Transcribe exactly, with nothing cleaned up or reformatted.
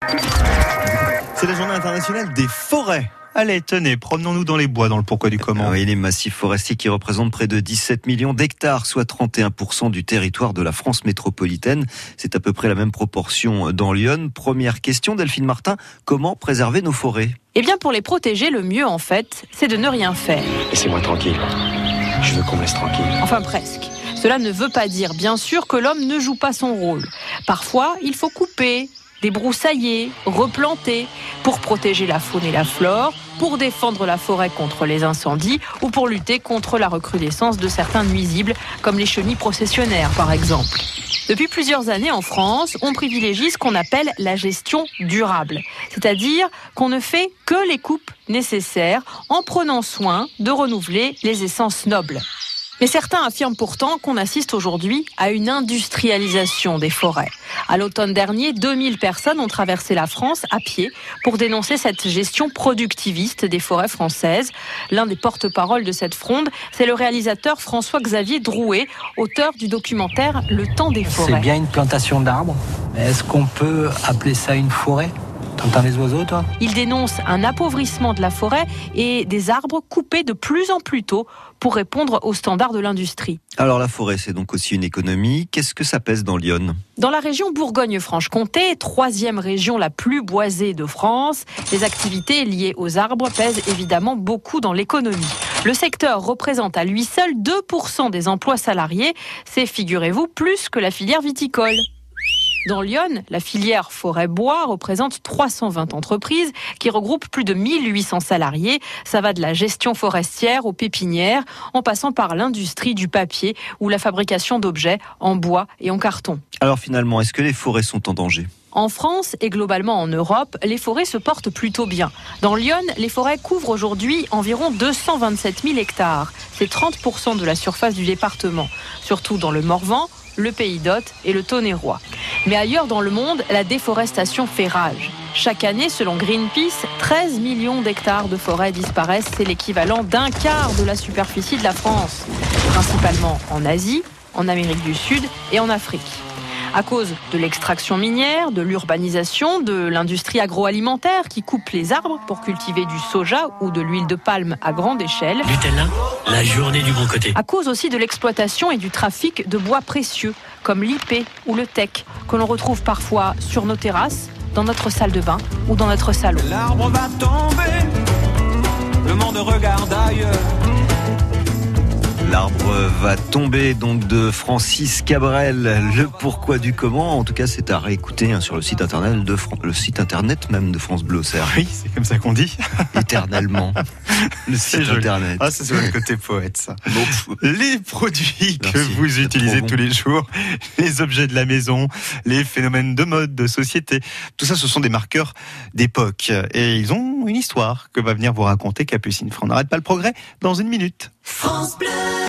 C'est la journée internationale des forêts. Allez, tenez, promenons-nous dans les bois, dans le pourquoi du comment. Oui, les massifs forestiers qui représentent près de dix-sept millions d'hectares, soit trente et un pour cent du territoire de la France métropolitaine. C'est à peu près la même proportion dans l'Yonne. Première question, Delphine Martin, comment préserver nos forêts ? Eh bien, pour les protéger, le mieux, en fait, c'est de ne rien faire. Laissez-moi tranquille. Je veux qu'on me laisse tranquille. Enfin, presque. Cela ne veut pas dire, bien sûr, que l'homme ne joue pas son rôle. Parfois, il faut couper, débroussailler, replanter, pour protéger la faune et la flore, pour défendre la forêt contre les incendies ou pour lutter contre la recrudescence de certains nuisibles, comme les chenilles processionnaires, par exemple. Depuis plusieurs années en France, on privilégie ce qu'on appelle la gestion durable, c'est-à-dire qu'on ne fait que les coupes nécessaires en prenant soin de renouveler les essences nobles. Mais certains affirment pourtant qu'on assiste aujourd'hui à une industrialisation des forêts. À l'automne dernier, deux mille personnes ont traversé la France à pied pour dénoncer cette gestion productiviste des forêts françaises. L'un des porte-parole de cette fronde, c'est le réalisateur François-Xavier Drouet, auteur du documentaire Le Temps des forêts. C'est bien une plantation d'arbres. Est-ce qu'on peut appeler ça une forêt ? T'entends les oiseaux, toi ? Il dénonce un appauvrissement de la forêt et des arbres coupés de plus en plus tôt pour répondre aux standards de l'industrie. Alors la forêt, c'est donc aussi une économie. Qu'est-ce que ça pèse dans l'Yonne ? Dans la région Bourgogne-Franche-Comté, troisième région la plus boisée de France, les activités liées aux arbres pèsent évidemment beaucoup dans l'économie. Le secteur représente à lui seul deux pour cent des emplois salariés. C'est, figurez-vous, plus que la filière viticole. Dans l'Yonne, la filière forêt-bois représente trois cent vingt entreprises qui regroupent plus de mille huit cents salariés. Ça va de la gestion forestière aux pépinières, en passant par l'industrie du papier ou la fabrication d'objets en bois et en carton. Alors finalement, est-ce que les forêts sont en danger ? En France et globalement en Europe, les forêts se portent plutôt bien. Dans l'Yonne, les forêts couvrent aujourd'hui environ deux cent vingt-sept mille hectares. C'est trente pour cent de la surface du département, surtout dans le Morvan, le Pays d'Hôte et le Tonnerrois. Mais ailleurs dans le monde, la déforestation fait rage. Chaque année, selon Greenpeace, treize millions d'hectares de forêts disparaissent. C'est l'équivalent d'un quart de la superficie de la France. Principalement en Asie, en Amérique du Sud et en Afrique. À cause de l'extraction minière, de l'urbanisation, de l'industrie agroalimentaire qui coupe les arbres pour cultiver du soja ou de l'huile de palme à grande échelle. Nutella, la journée du bon côté. À cause aussi de l'exploitation et du trafic de bois précieux, comme l'I P ou le teck, que l'on retrouve parfois sur nos terrasses, dans notre salle de bain ou dans notre salon. L'arbre va tomber, le monde regarde ailleurs. L'arbre va tomber, donc de Francis Cabrel. Le pourquoi du comment, en tout cas, c'est à réécouter hein, sur le site internet de Fran- le site internet même de France Bleu Auxerre. Oui, c'est comme ça qu'on dit. Éternellement. Le site joli. internet. Ah, ça, c'est votre côté poète, ça. Bon. Les produits que Merci, vous c'est utilisez trop bon. tous les jours, les objets de la maison, les phénomènes de mode, de société, tout ça, ce sont des marqueurs d'époque. Et ils ont une histoire que va venir vous raconter Capucine. On n'arrête pas le progrès dans une minute. France Bleu.